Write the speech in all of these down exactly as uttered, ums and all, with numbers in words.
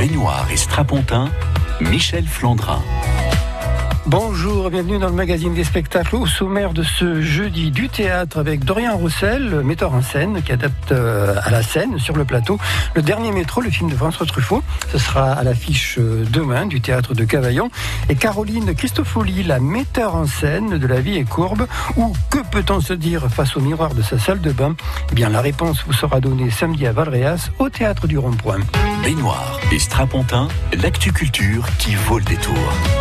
Baignoire et Strapontin, Michel Flandrin. Bonjour, bienvenue dans le magazine des spectacles. Au sommaire de ce jeudi, du théâtre avec Dorian Roussel, metteur en scène, qui adapte à la scène, sur le plateau, Le Dernier Métro, le film de François Truffaut. Ce sera à l'affiche demain du théâtre de Cavaillon. Et Caroline Cristofoli, la metteur en scène de La vie est courbe, ou que peut-on se dire face au miroir de sa salle de bain? Eh bien, la réponse vous sera donnée samedi à Valréas, au théâtre du Rond-Point. Baignoire et Strapontin, l'actu culture qui vaut le détour.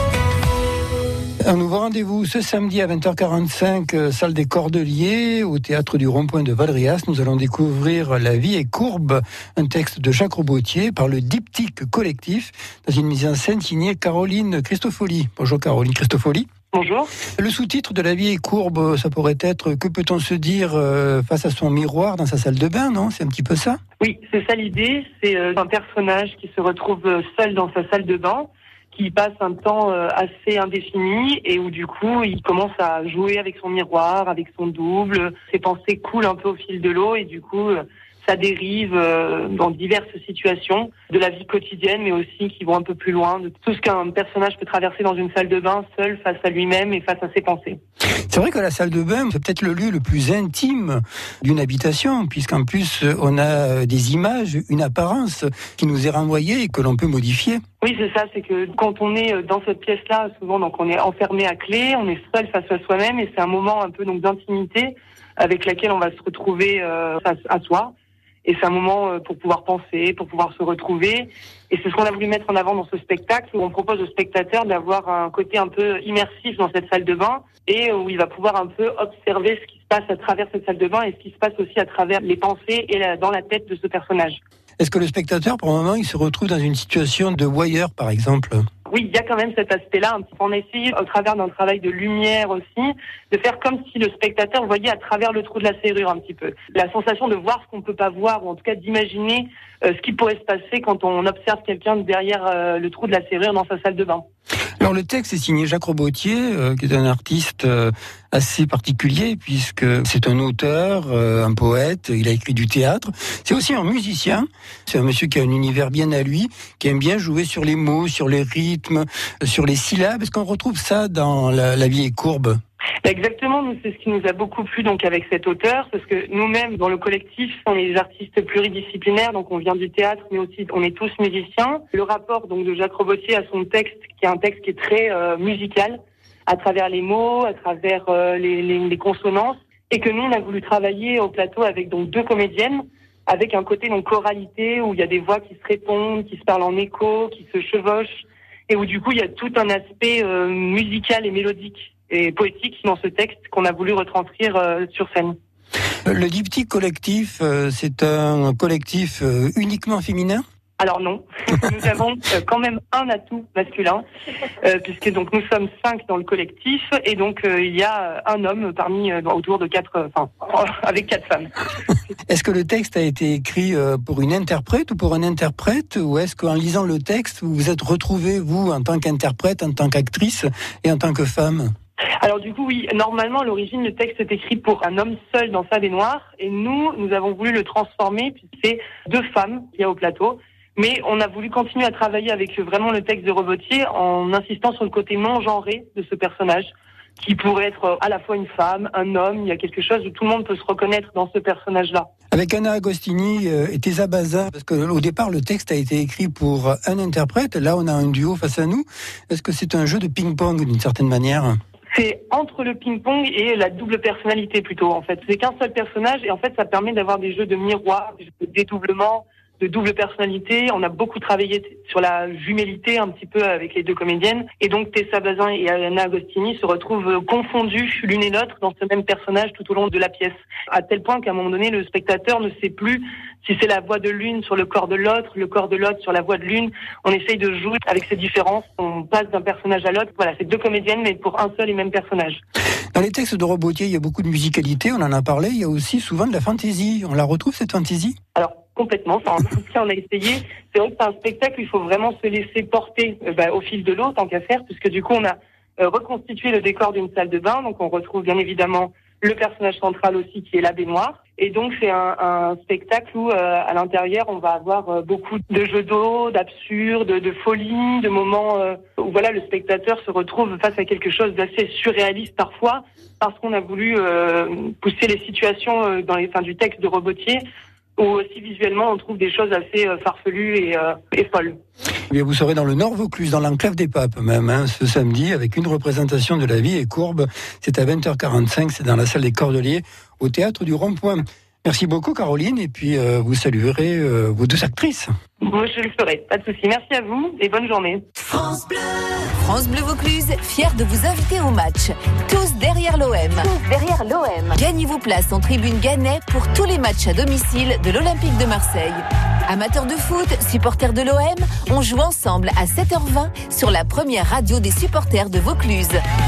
Un nouveau rendez-vous ce samedi à vingt heures quarante-cinq, euh, salle des Cordeliers, au théâtre du Rond-Point de Valréas. Nous allons découvrir La vie est courbe, un texte de Jacques Robottier par le Diptyque Collectif, dans une mise en scène signée Caroline Cristofoli. Bonjour Caroline Cristofoli. Bonjour. Le sous-titre de La vie est courbe, ça pourrait être « Que peut-on se dire euh, face à son miroir dans sa salle de bain », non? C'est un petit peu ça? Oui, c'est ça l'idée. C'est euh, un personnage qui se retrouve seul dans sa salle de bain, qui passe un temps euh, assez indéfini et où du coup il commence à jouer avec son miroir, avec son double. Ses pensées coulent un peu au fil de l'eau et du coup euh, ça dérive euh, dans diverses situations de la vie quotidienne, mais aussi qui vont un peu plus loin de tout ce qu'un personnage peut traverser dans une salle de bain seul face à lui-même et face à ses pensées. C'est vrai que la salle de bain, c'est peut-être le lieu le plus intime d'une habitation, puisqu'en plus on a des images, une apparence qui nous est renvoyée et que l'on peut modifier. Oui, c'est ça, c'est que quand on est dans cette pièce-là, souvent donc on est enfermé à clé, on est seul face à soi-même et c'est un moment un peu donc d'intimité avec laquelle on va se retrouver euh, face à soi. Et c'est un moment pour pouvoir penser, pour pouvoir se retrouver. Et c'est ce qu'on a voulu mettre en avant dans ce spectacle, où on propose au spectateur d'avoir un côté un peu immersif dans cette salle de bain, et où il va pouvoir un peu observer ce qui se passe à travers cette salle de bain, et ce qui se passe aussi à travers les pensées et la, dans la tête de ce personnage. Est-ce que le spectateur, pour un moment, il se retrouve dans une situation de voyeur, par exemple ? Oui, il y a quand même cet aspect-là. On a essayé, au travers d'un travail de lumière aussi, de faire comme si le spectateur voyait à travers le trou de la serrure un petit peu. La sensation de voir ce qu'on ne peut pas voir, ou en tout cas d'imaginer euh, ce qui pourrait se passer quand on observe quelqu'un derrière euh, le trou de la serrure dans sa salle de bain. Alors le texte est signé Jacques Robottier, euh, qui est un artiste euh, assez particulier, puisque c'est un auteur, euh, un poète, il a écrit du théâtre. C'est aussi un musicien, c'est un monsieur qui a un univers bien à lui, qui aime bien jouer sur les mots, sur les rythmes, sur les syllabes. Est-ce qu'on retrouve ça dans La, la vie est courbe ? Exactement, nous c'est ce qui nous a beaucoup plu donc avec cet auteur, parce que nous-mêmes dans le collectif, on est des artistes pluridisciplinaires, donc on vient du théâtre, mais aussi on est tous musiciens. Le rapport donc de Jacques Robottier à son texte, qui est un texte qui est très euh, musical, à travers les mots, à travers euh, les, les, les consonances, et que nous on a voulu travailler au plateau avec donc deux comédiennes, avec un côté donc choralité où il y a des voix qui se répondent, qui se parlent en écho, qui se chevauchent, et où du coup il y a tout un aspect euh, musical et mélodique et poétique dans ce texte qu'on a voulu retranscrire euh, sur scène. Le Diptyque Collectif, euh, c'est un collectif euh, uniquement féminin ? Alors non, nous avons euh, quand même un atout masculin, euh, puisque donc nous sommes cinq dans le collectif, et donc euh, il y a un homme parmi euh, autour de quatre, enfin euh, avec quatre femmes. Est-ce que le texte a été écrit euh, pour une interprète ou pour un interprète, ou est-ce qu'en lisant le texte vous vous êtes retrouvé vous en tant qu'interprète, en tant qu'actrice et en tant que femme ? Alors du coup, oui, normalement, à l'origine, le texte est écrit pour un homme seul dans sa baignoire, et nous, nous avons voulu le transformer, puisque c'est deux femmes qu'il y a au plateau, mais on a voulu continuer à travailler avec vraiment le texte de Robottier en insistant sur le côté non-genré de ce personnage, qui pourrait être à la fois une femme, un homme, il y a quelque chose où tout le monde peut se reconnaître dans ce personnage-là. Avec Anna Agostini et Tessa Bazin, parce qu'au départ, le texte a été écrit pour un interprète, là on a un duo face à nous. Est-ce que c'est un jeu de ping-pong d'une certaine manière ? C'est entre le ping-pong et la double personnalité plutôt, en fait. C'est qu'un seul personnage et en fait, ça permet d'avoir des jeux de miroir, des jeux de dédoublement, de double personnalité. On a beaucoup travaillé sur la jumélité un petit peu avec les deux comédiennes. Et donc, Tessa Bazin et Anna Agostini se retrouvent confondues l'une et l'autre dans ce même personnage tout au long de la pièce. À tel point qu'à un moment donné, le spectateur ne sait plus si c'est la voix de l'une sur le corps de l'autre, le corps de l'autre sur la voix de l'une. On essaye de jouer avec ces différences. On passe d'un personnage à l'autre. Voilà, c'est deux comédiennes, mais pour un seul et même personnage. Dans les textes de Robottier, il y a beaucoup de musicalité, on en a parlé. Il y a aussi souvent de la fantaisie. On la retrouve, cette fantaisie ? Alors, complètement. Enfin, on a essayé. C'est vrai que c'est un spectacle où il faut vraiment se laisser porter euh, bah, au fil de l'eau, tant qu'à faire, puisque du coup, on a euh, reconstitué le décor d'une salle de bain. Donc, on retrouve bien évidemment le personnage central aussi qui est la baignoire. Et donc c'est un, un spectacle où euh, à l'intérieur on va avoir euh, beaucoup de jeux d'eau, d'absurde, de, de folie, de moments euh, où voilà le spectateur se retrouve face à quelque chose d'assez surréaliste parfois parce qu'on a voulu euh, pousser les situations euh, dans les fins du texte de Robotier où aussi visuellement on trouve des choses assez euh, farfelues et, euh, et folles. Eh bien, vous serez dans le Nord Vaucluse, dans l'enclave des Papes même, hein, ce samedi, avec une représentation de La Vie est courbe. C'est à vingt heures quarante-cinq, c'est dans la salle des Cordeliers, au Théâtre du Rond-Point. Merci beaucoup Caroline, et puis euh, vous saluerez euh, vos deux actrices. Moi je le ferai, pas de souci. Merci à vous et bonne journée. France Bleu, France Bleu Vaucluse, fier de vous inviter au match. Tous derrière l'O M. Tous derrière l'O M. Gagnez vos places en tribune Gannet pour tous les matchs à domicile de l'Olympique de Marseille. Amateurs de foot, supporters de l'O M, on joue ensemble à sept heures vingt sur la première radio des supporters de Vaucluse.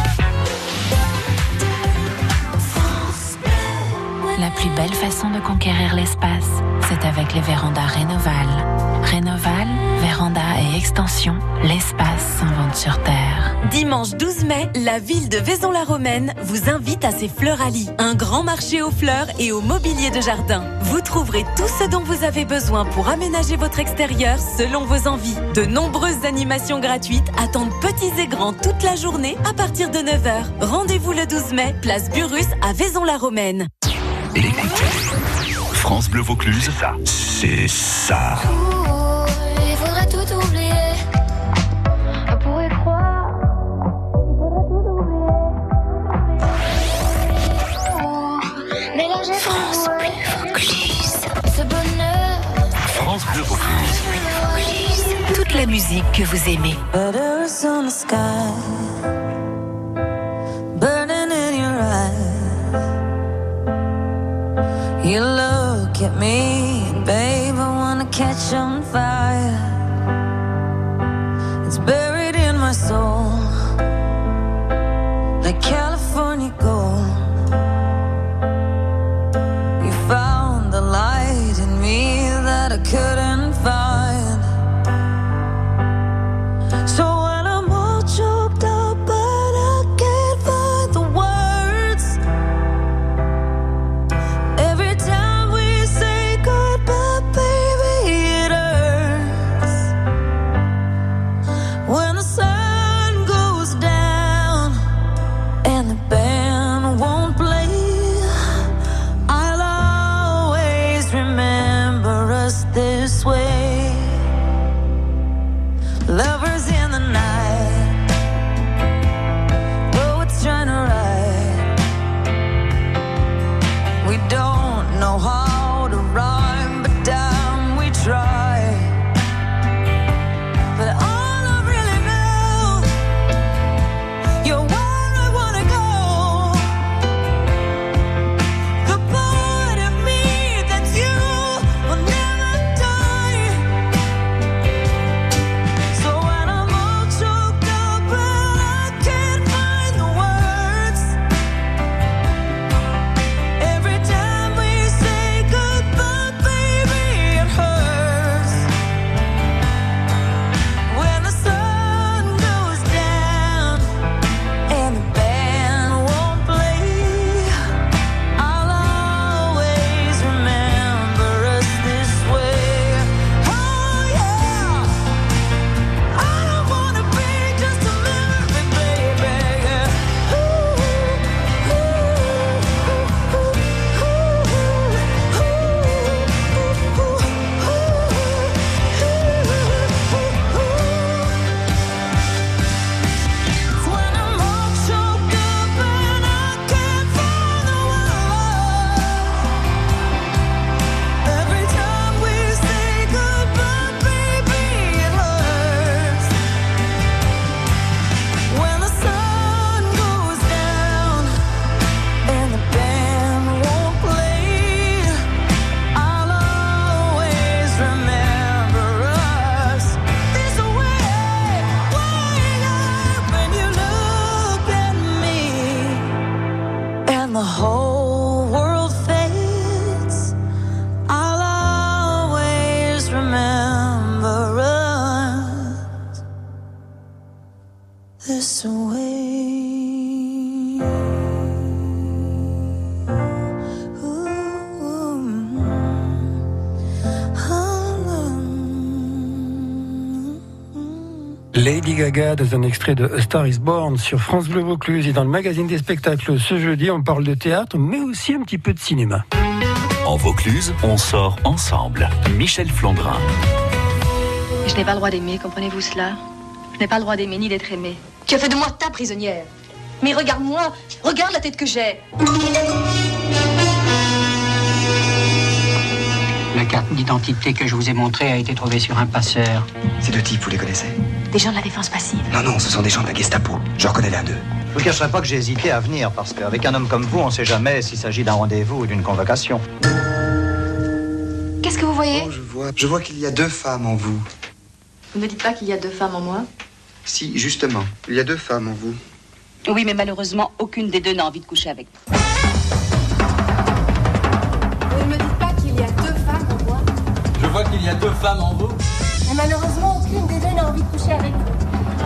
La plus belle façon de conquérir l'espace, c'est avec les vérandas Rénoval. Rénoval, véranda et extension, l'espace s'invente sur Terre. Dimanche douze mai, la ville de Vaison-la-Romaine vous invite à ses Fleuralies, un grand marché aux fleurs et au mobilier de jardin. Vous trouverez tout ce dont vous avez besoin pour aménager votre extérieur selon vos envies. De nombreuses animations gratuites attendent petits et grands toute la journée à partir de neuf heures. Rendez-vous le douze mai, place Burrus à Vaison-la-Romaine. Écoutez, France Bleu Vaucluse, c'est ça. Oh, il faudrait tout oublier. On pourrait croire. Il faudrait tout oublier. Oh, mais là j'ai France Bleu Vaucluse. Ce bonheur. France Bleu Vaucluse. Toute la musique que vous aimez. Butters on the sky, burning in your eyes. You look at me, babe, I wanna catch on fire. It's buried in my soul, like California gold. You found the light in me that I couldn't find. So when I'm all choked up, but I can't find the words. Every time we say goodbye, baby, it hurts. When the sun goes down and the band won't play, I'll always remember us this Lady Gaga dans un extrait de A Star is Born sur France Bleu Vaucluse. Et dans le magazine des spectacles ce jeudi, on parle de théâtre, mais aussi un petit peu de cinéma. En Vaucluse, on sort ensemble. Michel Flandrin. Je n'ai pas le droit d'aimer, comprenez-vous cela? Je n'ai pas le droit d'aimer ni d'être aimé. Tu as fait de moi ta prisonnière. Mais regarde-moi, regarde la tête que j'ai. La carte d'identité que je vous ai montrée a été trouvée sur un passeur. Ces deux types, vous les connaissez? Des gens de la défense passive. Non, non, ce sont des gens de la Gestapo. Je reconnais l'un d'eux. Je vous cacherai pas que j'ai hésité à venir, parce qu'avec un homme comme vous, on sait jamais s'il s'agit d'un rendez-vous ou d'une convocation. Qu'est-ce que vous voyez? Oh, je vois, je vois qu'il y a deux femmes en vous. Vous ne dites pas qu'il y a deux femmes en moi? Si, justement, il y a deux femmes en vous. Oui, mais malheureusement, aucune des deux n'a envie de coucher avec vous. Vous ne me dites pas qu'il y a deux femmes en moi? Je vois qu'il y a deux femmes en vous. Mais malheureusement, aucune des deux n'a envie de coucher avec vous.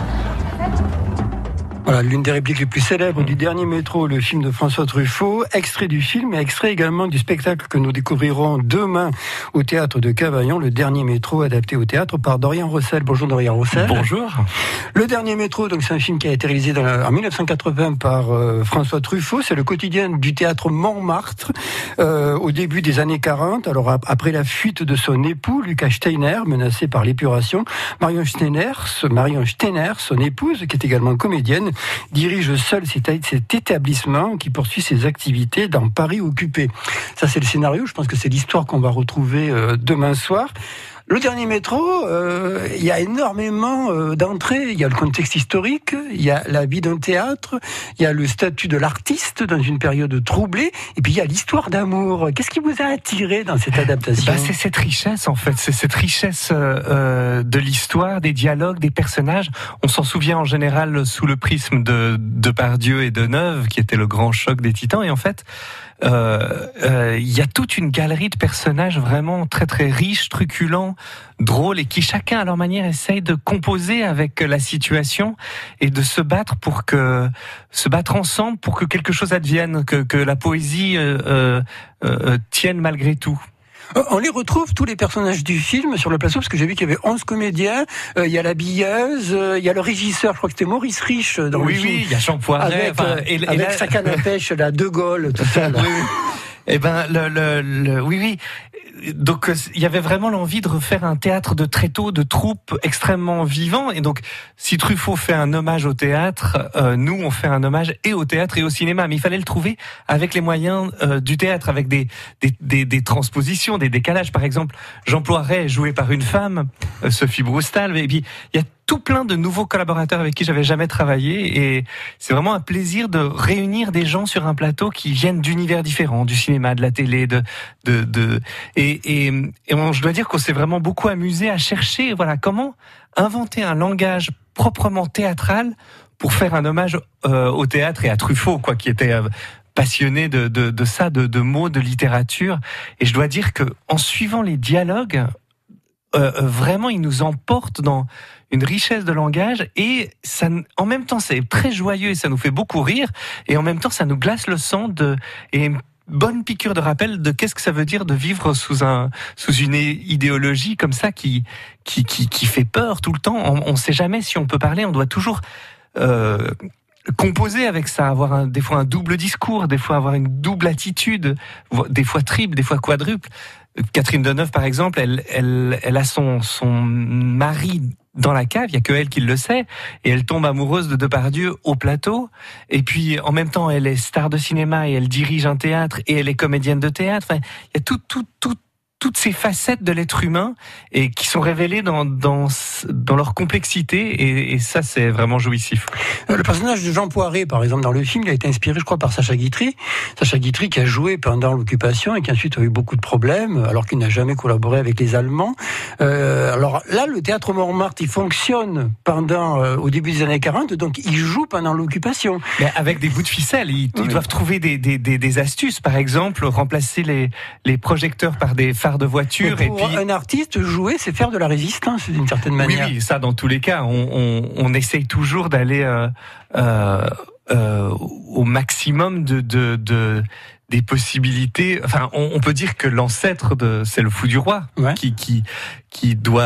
Voilà, l'une des répliques les plus célèbres du dernier métro, le film de François Truffaut, extrait du film et extrait également du spectacle que nous découvrirons demain au théâtre de Cavaillon, le dernier métro adapté au théâtre par Dorian Rossel. Bonjour Dorian Rossel. Bonjour. Le dernier métro, donc c'est un film qui a été réalisé dans la, en dix-neuf cent quatre-vingts par euh, François Truffaut. C'est le quotidien du théâtre Montmartre euh, au début des années quarante. Alors après la fuite de son époux, Lucas Steiner, menacé par l'épuration, Marion Steiner, Marion Steiner, son épouse, qui est également comédienne, dirige seul cet établissement qui poursuit ses activités dans Paris occupé. Ça, c'est le scénario. Je pense que c'est l'histoire qu'on va retrouver euh, demain soir. Le dernier métro, euh, il y a énormément euh, d'entrées. Il y a le contexte historique, il y a la vie d'un théâtre, il y a le statut de l'artiste dans une période troublée, et puis il y a l'histoire d'amour. Qu'est-ce qui vous a attiré dans cette adaptation? Bah, c'est cette richesse, en fait. C'est cette richesse euh, de l'histoire, des dialogues, des personnages. On s'en souvient en général sous le prisme de Depardieu et Deneuve, qui était le grand choc des Titans. Et en fait, il euh, euh, y a toute une galerie de personnages vraiment très très riches, truculents, drôles, et qui chacun à leur manière essayent de composer avec la situation et de se battre pour que se battre ensemble pour que quelque chose advienne, que, que la poésie euh, euh, euh, tienne malgré tout. On les retrouve, tous les personnages du film, sur le plateau, parce que j'ai vu qu'il y avait onze comédiens. Il euh, y a l'habilleuse, il euh, y a le régisseur, je crois que c'était Maurice Rich dans oui, le film. Oui, il y a Jean Poiret. Avec, euh, et, et avec la... sa canne à pêche, la De Gaulle, tout ça. Là. Oui, oui. Eh ben, le, le, le, oui, oui. Donc, il y avait vraiment l'envie de refaire un théâtre de tréteaux, de troupes extrêmement vivant. Et donc, si Truffaut fait un hommage au théâtre, euh, nous, on fait un hommage et au théâtre et au cinéma. Mais il fallait le trouver avec les moyens euh, du théâtre, avec des, des, des, des transpositions, des décalages. Par exemple, Jean Poiret, joué par une femme, euh, Sophie Broustal. Et puis, il y a tout plein de nouveaux collaborateurs avec qui j'avais jamais travaillé, et c'est vraiment un plaisir de réunir des gens sur un plateau qui viennent d'univers différents, du cinéma, de la télé, de de de et et, et on, je dois dire qu'on s'est vraiment beaucoup amusé à chercher, voilà, comment inventer un langage proprement théâtral pour faire un hommage euh, au théâtre et à Truffaut, quoi, qui était euh, passionné de de de ça, de de mots, de littérature. Et je dois dire que en suivant les dialogues, euh, vraiment, il nous emporte dans une richesse de langage, et ça, en même temps, c'est très joyeux et ça nous fait beaucoup rire, et en même temps, ça nous glace le sang de, et une bonne piqûre de rappel de qu'est-ce que ça veut dire de vivre sous un, sous une idéologie comme ça qui, qui, qui, qui fait peur tout le temps. On ne sait jamais si on peut parler, on doit toujours, euh, composer avec ça, avoir un, des fois un double discours, des fois avoir une double attitude, des fois triple, des fois quadruple. Catherine Deneuve, par exemple, elle, elle, elle a son, son mari dans la cave, il y a que elle qui le sait, et elle tombe amoureuse de Depardieu au plateau, et puis en même temps elle est star de cinéma et elle dirige un théâtre et elle est comédienne de théâtre. Enfin, il y a tout, tout, tout, toutes ces facettes de l'être humain et qui sont révélées dans, dans, dans leur complexité, et, et ça, c'est vraiment jouissif. Le personnage de Jean Poiret, par exemple, dans le film, il a été inspiré, je crois, par Sacha Guitry. Sacha Guitry qui a joué pendant l'occupation et qui ensuite a eu beaucoup de problèmes, alors qu'il n'a jamais collaboré avec les Allemands. Euh, alors là, le théâtre Montmartre, il fonctionne pendant, euh, au début des années quarante, donc il joue pendant l'occupation. Mais avec des bouts de ficelle, ils, oui. ils doivent trouver des, des, des, des astuces. Par exemple, remplacer les, les projecteurs par des phares de voiture. Pour et puis un artiste, jouer, c'est faire de la résistance d'une certaine manière. Oui, oui, ça dans tous les cas. On, on, on essaye toujours d'aller euh, euh, euh, au maximum de, de, de des possibilités. Enfin, on, on peut dire que l'ancêtre de, c'est le Fou du Roi, ouais. qui, qui, qui doit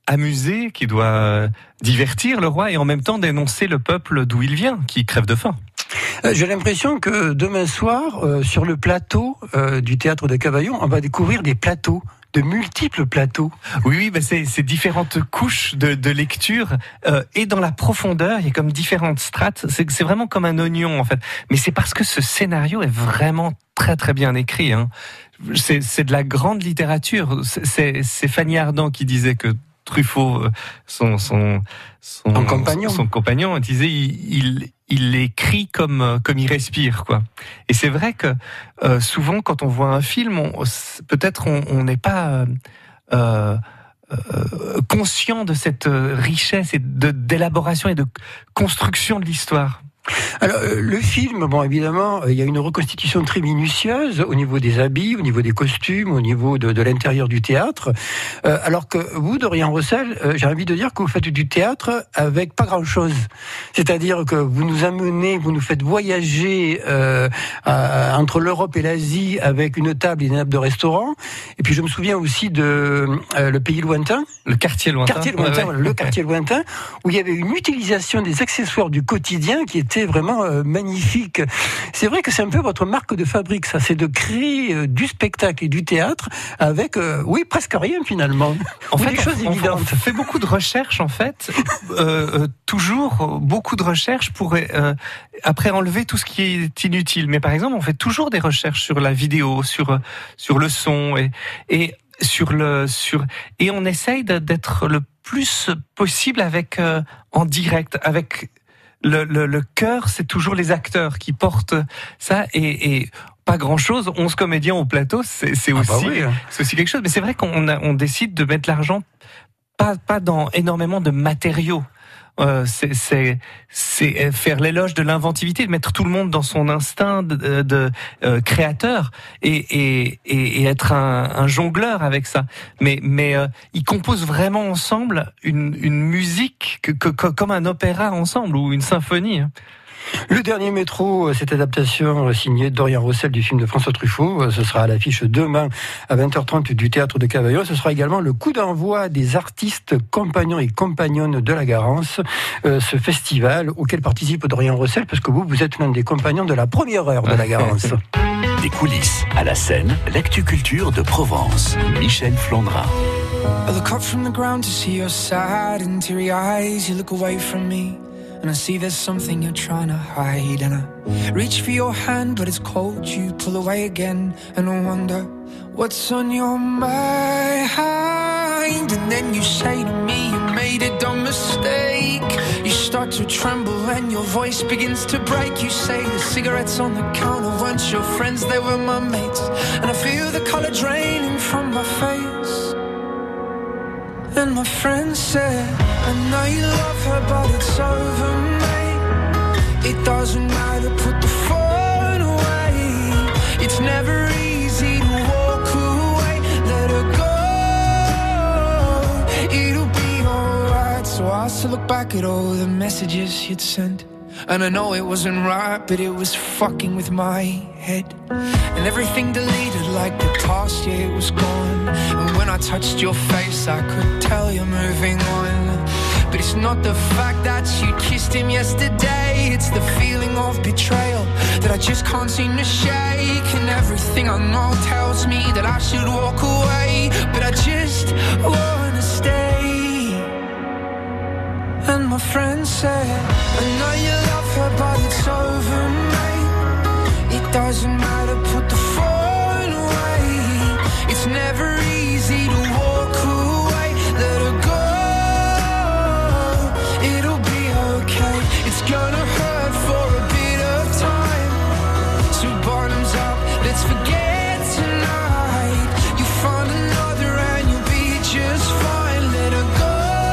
amuser, qui doit euh, divertir le roi et en même temps dénoncer le peuple d'où il vient, qui crève de faim. Euh, j'ai l'impression que demain soir, euh, sur le plateau euh, du théâtre de Cavaillon, on va découvrir des plateaux. De multiples plateaux. Oui, oui, bah c'est, c'est différentes couches de, de lecture euh, et dans la profondeur, il y a comme différentes strates. C'est, c'est vraiment comme un oignon en fait. Mais c'est parce que ce scénario est vraiment très très bien écrit. Hein. C'est, c'est de la grande littérature. C'est, c'est, c'est Fanny Ardant qui disait que Truffaut, son son son, son compagnon, son compagnon, disait il, il il écrit comme comme il respire quoi. Et c'est vrai que euh, souvent quand on voit un film, on, peut-être on n'est pas euh, euh, conscient de cette richesse et de d'élaboration et de construction de l'histoire. Alors, le film, bon, évidemment, il y a une reconstitution très minutieuse au niveau des habits, au niveau des costumes, au niveau de, de l'intérieur du théâtre. Euh, alors que vous, Dorian Rossel, euh, j'ai envie de dire que vous faites du théâtre avec pas grand-chose. C'est-à-dire que vous nous amenez, vous nous faites voyager euh, à, entre l'Europe et l'Asie avec une table et une nappe de restaurant. Et puis, je me souviens aussi de euh, Le Pays Lointain. Le Quartier Lointain. Quartier Lointain, ouais, ouais. Le Quartier Lointain, où il y avait une utilisation des accessoires du quotidien qui était vraiment euh, magnifique. C'est vrai que c'est un peu votre marque de fabrique, ça, c'est de créer euh, du spectacle et du théâtre avec, euh, oui, presque rien finalement. En Ou fait, des choses on, évidentes. On fait beaucoup de recherches en fait, euh, euh, toujours beaucoup de recherches pour euh, après enlever tout ce qui est inutile. Mais par exemple, on fait toujours des recherches sur la vidéo, sur sur le son et et sur le sur et on essaye d'être le plus possible avec euh, en direct avec Le, le, le cœur, c'est toujours les acteurs qui portent ça et, et pas grand-chose. onze comédiens au plateau, c'est, c'est ah aussi, bah oui. c'est aussi quelque chose. Mais c'est vrai qu'on a, on décide de mettre l'argent pas, pas dans énormément de matériaux. Euh, c'est, c'est, c'est faire l'éloge de l'inventivité, de mettre tout le monde dans son instinct de, de euh, créateur et, et, et, et être un, un jongleur avec ça. Mais, mais euh, ils composent vraiment ensemble une, une musique que, que, que, comme un opéra ensemble ou une symphonie. Le dernier métro, cette adaptation signée Dorian Rossel du film de François Truffaut, ce sera à l'affiche demain à vingt heures trente du théâtre de Cavaillon. Ce sera également le coup d'envoi des artistes compagnons et compagnonnes de la Garance, euh, ce festival auquel participe Dorian Rossel, parce que vous, vous êtes l'un des compagnons de la première heure de la Garance. Des coulisses à la scène, l'actu culture de Provence. Michel Flandrin. I look up from the ground to see your sad and teary eyes. You look away from me and I see there's something you're trying to hide. And I reach for your hand but it's cold. You pull away again and I wonder what's on your mind. And then you say to me you made a dumb mistake. You start to tremble and your voice begins to break. You say the cigarettes on the counter weren't your friends, they were my mates. And I feel the colour draining from my face. And my friend said, I know you love her but it's over, mate. It doesn't matter, put the phone away. It's never easy to walk away. Let her go, it'll be alright. So I asked to look back at all the messages you'd sent. And I know it wasn't right, but it was fucking with my head. And everything deleted like the past, yeah, it was gone. And when I touched your face, I could tell you're moving on. But it's not the fact that you kissed him yesterday. It's the feeling of betrayal that I just can't seem to shake. And everything I know tells me that I should walk away, but I just wanna stay. And my friend said, I know you love her but it's over, mate. It doesn't matter, put the phone away. It's never easy to walk away. Let her go, it'll be okay. It's gonna hurt for a bit of time. So bottoms up, let's forget tonight. You find another and you'll be just fine. Let her go.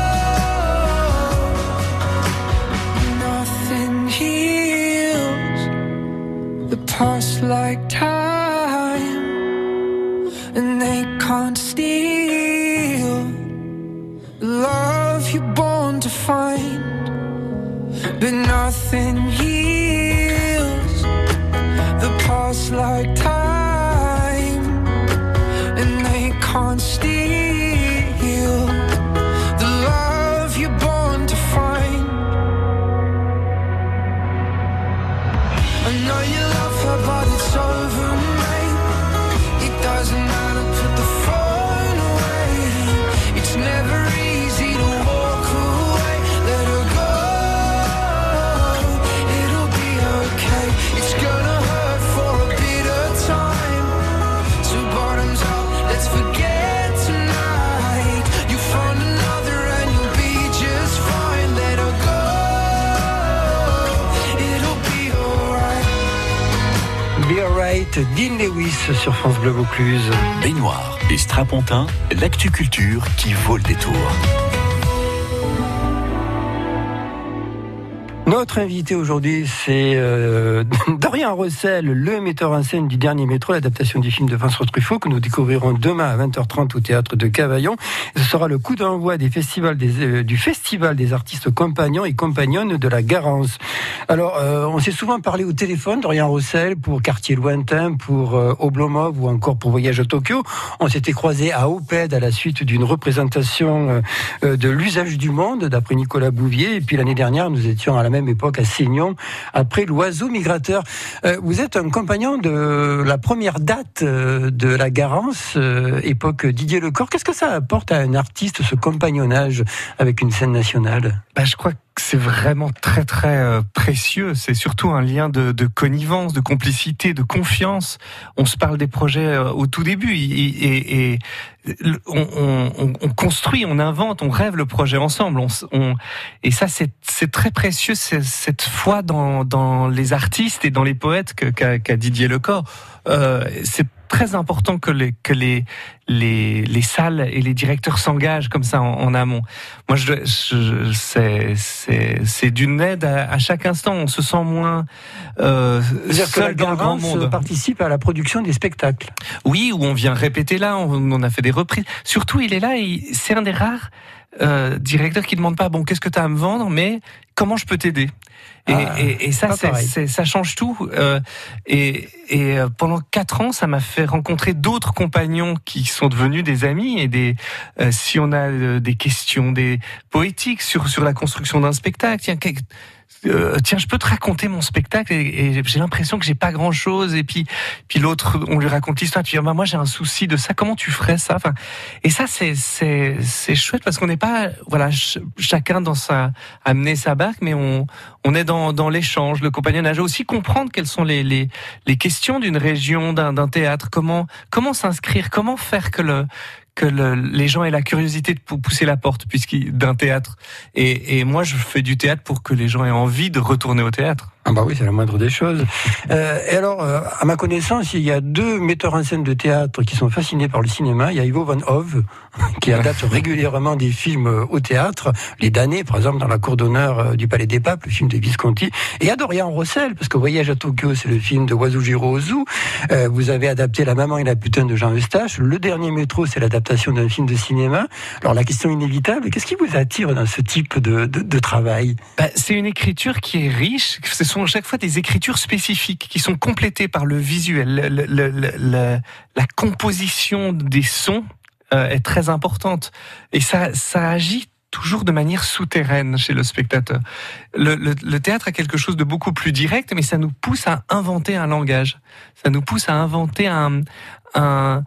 Past like time, and they can't steal the love you're born to find. But nothing heals the past like time, and they can't steal the suite, Dean Lewis sur France Bleu Vaucluse. Baignoire et Strapontin, l'actu culture qui vaut le détour. Notre invité aujourd'hui, c'est euh, Dorian Rossel, le metteur en scène du Dernier Métro, l'adaptation du film de François Truffaut, que nous découvrirons demain à vingt heures trente au théâtre de Cavaillon. Ce sera le coup d'envoi des festivals des, euh, du Festival des artistes compagnons et compagnonnes de la Garance. Alors, euh, on s'est souvent parlé au téléphone, Dorian Rossel, pour Quartier Lointain, pour euh, Oblomov ou encore pour Voyage à Tokyo. On s'était croisés à Opède à la suite d'une représentation euh, de l'usage du monde, d'après Nicolas Bouvier. Et puis l'année dernière, nous étions à la même époque à Seignon, après l'Oiseau migrateur. Euh, vous êtes un compagnon de la première date euh, de la Garance, euh, époque Didier Lecor. Qu'est-ce que ça apporte à un artiste, ce compagnonnage avec une scène nationale ? Bah, je crois que c'est vraiment très très euh, précieux. C'est surtout un lien de, de connivence, de complicité, de confiance. On se parle des projets euh, au tout début et, et, et on, on, on construit, on invente, on rêve le projet ensemble. On, on, et ça, c'est, c'est très précieux, c'est, cette foi dans, dans les artistes et dans les poètes que, qu'a, qu'a Didier Lecor. Euh, c'est très important que les que les les les salles et les directeurs s'engagent comme ça en, en amont. Moi, je, je c'est c'est c'est d'une aide à, à chaque instant. On se sent moins euh, seul dans le grand monde. Participe à la production des spectacles. Oui, où on vient répéter là. On, on a fait des reprises. Surtout, il est là. Et c'est un des rares euh, directeurs qui demande pas bon, qu'est-ce que tu as à me vendre, mais comment je peux t'aider. Et, ah, et, et ça, c'est, c'est, ça change tout. Euh, et, et pendant quatre ans, ça m'a fait rencontrer d'autres compagnons qui sont devenus des amis. Et des, euh, si on a euh, des questions, des poétiques sur sur la construction d'un spectacle, tiens, que, euh, tiens, je peux te raconter mon spectacle et, et j'ai l'impression que j'ai pas grand chose. Et puis, puis l'autre, on lui raconte l'histoire. Tu dis, bah, moi, j'ai un souci de ça. Comment tu ferais ça? Enfin, et ça, c'est c'est c'est chouette parce qu'on n'est pas, voilà, ch- chacun dans sa amener sa barque, mais on on est dans dans l'échange, le compagnonnage, aussi comprendre quelles sont les les les questions d'une région, d'un d'un théâtre, comment comment s'inscrire, comment faire que le que le, les gens aient la curiosité de pousser la porte puisqu'il d'un théâtre. Et, et moi, je fais du théâtre pour que les gens aient envie de retourner au théâtre. Ah bah oui, c'est la moindre des choses. Euh, et alors, euh, à ma connaissance, il y a deux metteurs en scène de théâtre qui sont fascinés par le cinéma. Il y a Ivo Van Hove, qui adapte régulièrement des films au théâtre. Les damnés, par exemple, dans la cour d'honneur du Palais des Papes, le film de Visconti. Et il y a Dorian Rossel, parce que Voyage à Tokyo, c'est le film de Wazujiro Ozu. Euh, vous avez adapté La Maman et la putain de Jean Eustache. Le Dernier Métro, c'est l'adaptation d'un film de cinéma. Alors, la question inévitable, qu'est-ce qui vous attire dans ce type de, de, de travail? Bah, c'est une écriture qui est riche. Ce sont chaque fois des écritures spécifiques qui sont complétées par le visuel. Le, le, le, le, la composition des sons euh, est très importante. Et ça, ça agit toujours de manière souterraine chez le spectateur. Le, le, le théâtre a quelque chose de beaucoup plus direct, mais ça nous pousse à inventer un langage. Ça nous pousse à inventer un... un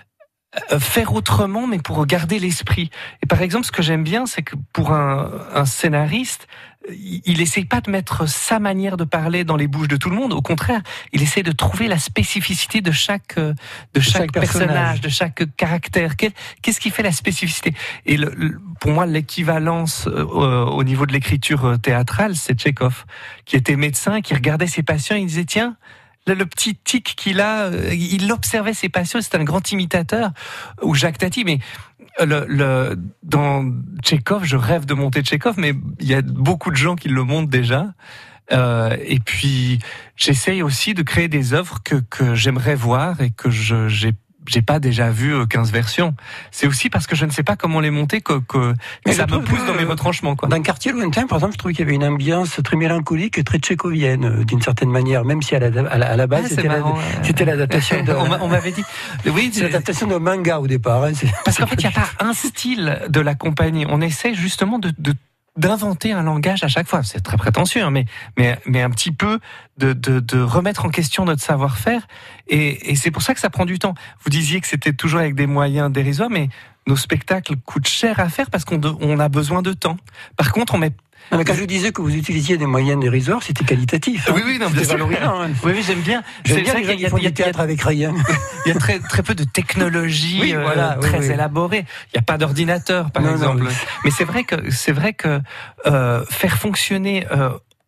faire autrement, mais pour garder l'esprit. Et par exemple, ce que j'aime bien, c'est que pour un, un scénariste, il essaye pas de mettre sa manière de parler dans les bouches de tout le monde. Au contraire, il essaie de trouver la spécificité de chaque de, de chaque, chaque personnage, personnage, de chaque caractère. Quel, qu'est-ce qui fait la spécificité? Et le, le, pour moi, l'équivalence euh, au niveau de l'écriture théâtrale, c'est Tchekhov, qui était médecin, qui regardait ses patients, et il disait tiens. Le, le petit tic qu'il a, il observait ses patients, c'est un grand imitateur, ou Jacques Tati, mais le, le, dans Tchekhov, je rêve de monter Tchekhov, mais il y a beaucoup de gens qui le montent déjà. Euh, et puis, j'essaye aussi de créer des œuvres que, que j'aimerais voir et que je, j'ai j'ai pas déjà vu quinze versions. C'est aussi parce que je ne sais pas comment les monter que, que, que ça me pousse dans mes retranchements, quoi. Dans Quartier Lointain, par exemple, je trouvais qu'il y avait une ambiance très mélancolique et très tchécovienne, d'une certaine manière, même si à la, à la, à la base, ah, c'était, marrant, la, c'était l'adaptation de... on m'avait dit... Oui, c'est l'adaptation de manga au départ. Hein, c'est, parce qu'en fait, il n'y a pas un style de la compagnie. On essaie justement de... de d'inventer un langage à chaque fois. C'est très prétentieux, hein, mais, mais, mais un petit peu de, de, de remettre en question notre savoir-faire. Et, et c'est pour ça que ça prend du temps. Vous disiez que c'était toujours avec des moyens dérisoires, mais nos spectacles coûtent cher à faire parce qu'on de, on a besoin de temps. Par contre, on met... Non, mais quand je disais que vous utilisiez des moyens dérisoires, c'était qualitatif. Hein. Oui, oui, non, c'était valorisant. Hein. Oui, oui, j'aime bien. J'aime c'est bien les gens qui font du théâtre avec rien. Il y a très, très peu de technologie oui, voilà, euh, très oui, oui. élaborée. Il n'y a pas d'ordinateur, par non, exemple. Non, oui. Mais c'est vrai que, c'est vrai que euh, faire fonctionner euh,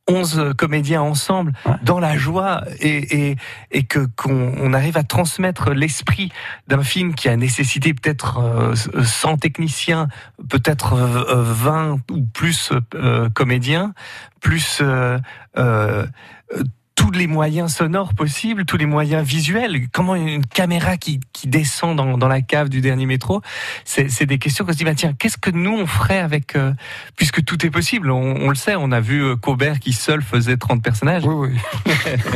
onze comédiens ensemble ouais. dans la joie et, et, et que qu'on on arrive à transmettre l'esprit d'un film qui a nécessité peut-être euh, cent techniciens, peut-être euh, vingt ou plus euh, comédiens, plus euh, euh, tous les moyens sonores possibles, tous les moyens visuels. Comment une caméra qui, qui descend dans, dans la cave du dernier métro, c'est, c'est des questions qu'on se dit, bah tiens, qu'est-ce que nous on ferait avec, euh, puisque tout est possible, on, on le sait, on a vu euh, Cobert qui seul faisait trente personnages. Oui, oui.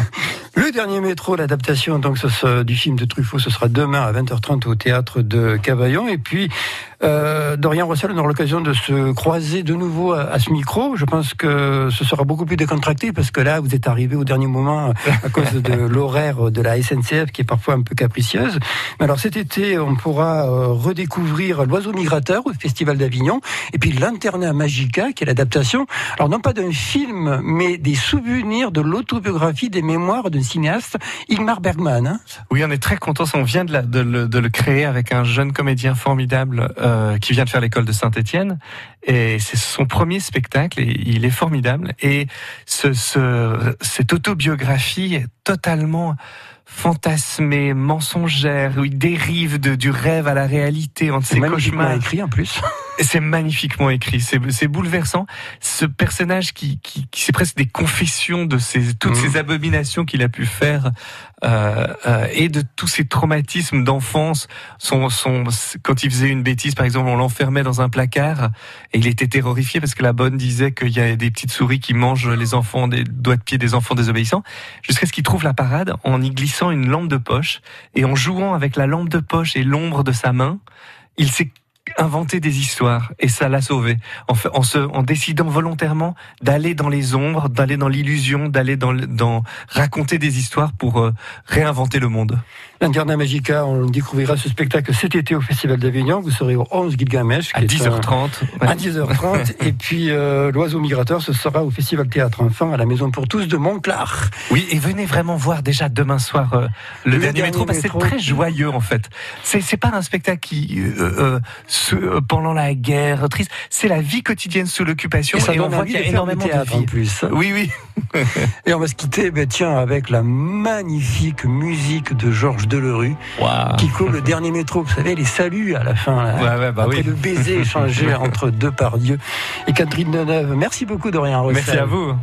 Le dernier métro, l'adaptation donc ce, ce, du film de Truffaut, ce sera demain à vingt heures trente au théâtre de Cavaillon. Et puis, euh, Dorian Rossel, on aura l'occasion de se croiser de nouveau à, à ce micro. Je pense que ce sera beaucoup plus décontracté parce que là, vous êtes arrivé au dernier moment à cause de l'horaire de la S N C F qui est parfois un peu capricieuse. Mais alors cet été, on pourra euh, redécouvrir L'Oiseau migrateur au Festival d'Avignon. Et puis L'Internat Magica, qui est l'adaptation, alors non pas d'un film, mais des souvenirs de l'autobiographie des mémoires d'un cinéaste, Ingmar Bergman. Hein. Oui, on est très contents. On vient de, la, de, le, de le créer avec un jeune comédien formidable euh, qui vient de faire l'école de Saint-Étienne. Et c'est son premier spectacle et il est formidable. Et ce, ce, cette autobiographie est totalement fantasmée, mensongère, où il dérive de, du rêve à la réalité entre ses cauchemars. C'est magnifiquement écrit en plus. Et c'est magnifiquement écrit, c'est, c'est bouleversant. Ce personnage qui, qui, qui c'est presque des confessions de ses, toutes mmh. ces abominations qu'il a pu faire euh, euh, et de tous ces traumatismes d'enfance. Son, son, quand il faisait une bêtise, par exemple, on l'enfermait dans un placard et il était terrorifié parce que la bonne disait qu'il y a des petites souris qui mangent les enfants, des doigts de pied des enfants désobéissants, jusqu'à ce qu'il trouve la parade en y glissant une lampe de poche et en jouant avec la lampe de poche et l'ombre de sa main, il s'est inventer des histoires et ça l'a sauvé en, fait, en, se, en décidant volontairement d'aller dans les ombres, d'aller dans l'illusion, d'aller dans, dans raconter des histoires pour euh, réinventer le monde. L'Internat Magica, on découvrira ce spectacle cet été au Festival d'Avignon. Vous serez au onze Gilgamesh à dix heures trente un... ouais. à dix heures trente et puis euh, L'Oiseau migrateur, ce sera au Festival Théâtre Enfant à la Maison pour tous de Montclar. Oui, et venez vraiment voir déjà demain soir euh, le, le dernier, dernier métro, parce que c'est très joyeux en fait. C'est, c'est pas un spectacle qui euh, euh, ce, pendant la guerre triste, c'est la vie quotidienne sous l'occupation et, et on voit qu'il y a énormément de théâtre en plus. Oui, oui. Et on va se quitter, ben, tiens, avec la magnifique musique de Georges Delerue, wow. qui clôt le dernier métro. Vous savez, les saluts à la fin, là, ouais, ouais, bah après oui. le baiser échangé entre Depardieu et Catherine Deneuve. Merci beaucoup, Dorian Rossel. Merci à vous.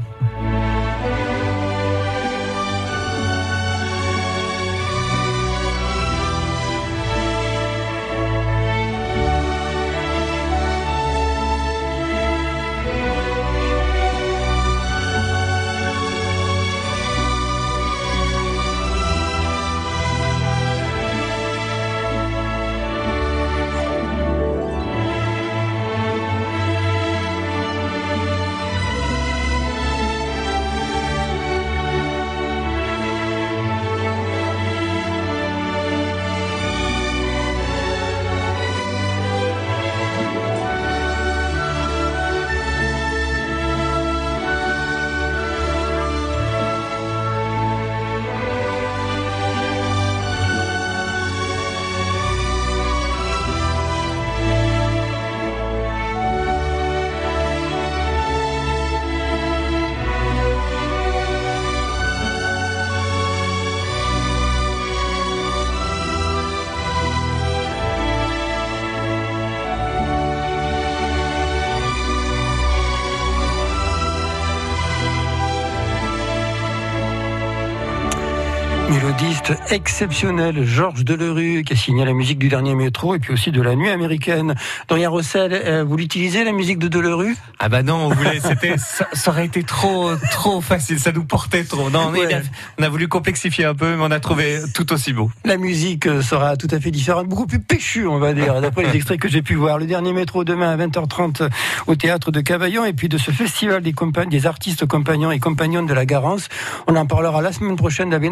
Mélodiste exceptionnel, Georges Delerue, qui a signé la musique du dernier métro et puis aussi de la nuit américaine. Dorian Rossel, euh, vous l'utilisez la musique de Delerue ? Ah bah non, on voulait, c'était, ça, ça aurait été trop, trop facile, ça nous portait trop. Non, on, ouais. a, on a voulu complexifier un peu, mais on a trouvé tout aussi beau. La musique sera tout à fait différente, beaucoup plus péchue, on va dire, d'après les extraits que j'ai pu voir. Le dernier métro demain à vingt heures trente au théâtre de Cavaillon, et puis de ce festival des, compagn- des artistes compagnons et compagnonnes de la Garance. On en parlera la semaine prochaine. Davino restera pas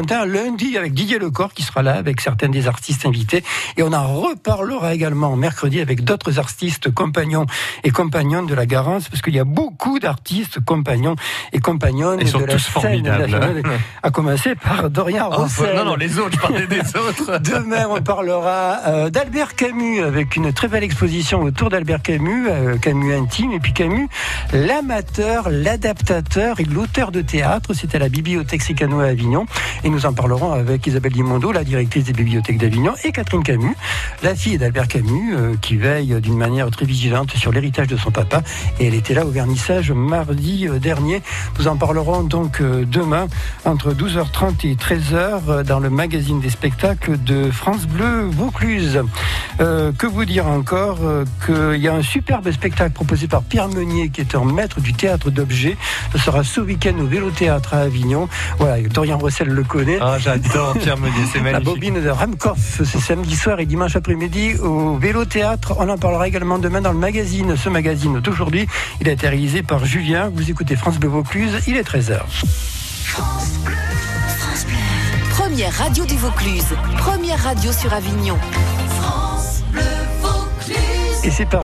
Strapontin lundi avec Didier Lecor qui sera là avec certains des artistes invités. Et on en reparlera également mercredi avec d'autres artistes compagnons et compagnons de la Garance, parce qu'il y a beaucoup d'artistes compagnons et compagnonnes Ils sont de la tous scène formidables. nationale, à commencer par Dorian Oh, Rossel. non, non, les autres, je parlais des autres. Demain, on parlera euh, d'Albert Camus avec une très belle exposition autour d'Albert Camus, euh, Camus intime, et puis Camus, l'amateur, l'adaptateur et l'auteur de théâtre. C'est à la bibliothèque Sécano à Avignon. Et nous en parlerons avec Isabelle Dimondo, la directrice des bibliothèques d'Avignon, et Catherine Camus, la fille d'Albert Camus, euh, qui veille d'une manière très vigilante sur l'héritage de son papa. Et elle était là au vernissage mardi euh, dernier. Nous en parlerons donc euh, demain entre douze heures trente et treize heures euh, dans le magazine des spectacles de France Bleu Vaucluse. Euh, que vous dire encore euh, qu'il y a un superbe spectacle proposé par Pierre Meunier, qui est un maître du théâtre d'objets. Ce sera ce week-end au Vélo-Théâtre à Avignon. Voilà, Dorian Rossel le connaît. Ah, j'adore Pierre Meunier, c'est magnifique. La bobine de Ramkoff, c'est samedi soir et dimanche après-midi au Vélo-Théâtre. On en parlera également demain dans le magazine. Ce magazine d'aujourd'hui, il a été réalisé par Julien. Vous écoutez France Bleu Vaucluse, il est treize heures. France Bleu, France Bleu. Première radio du Vaucluse, première radio sur Avignon. France Bleu Vaucluse. Et c'est par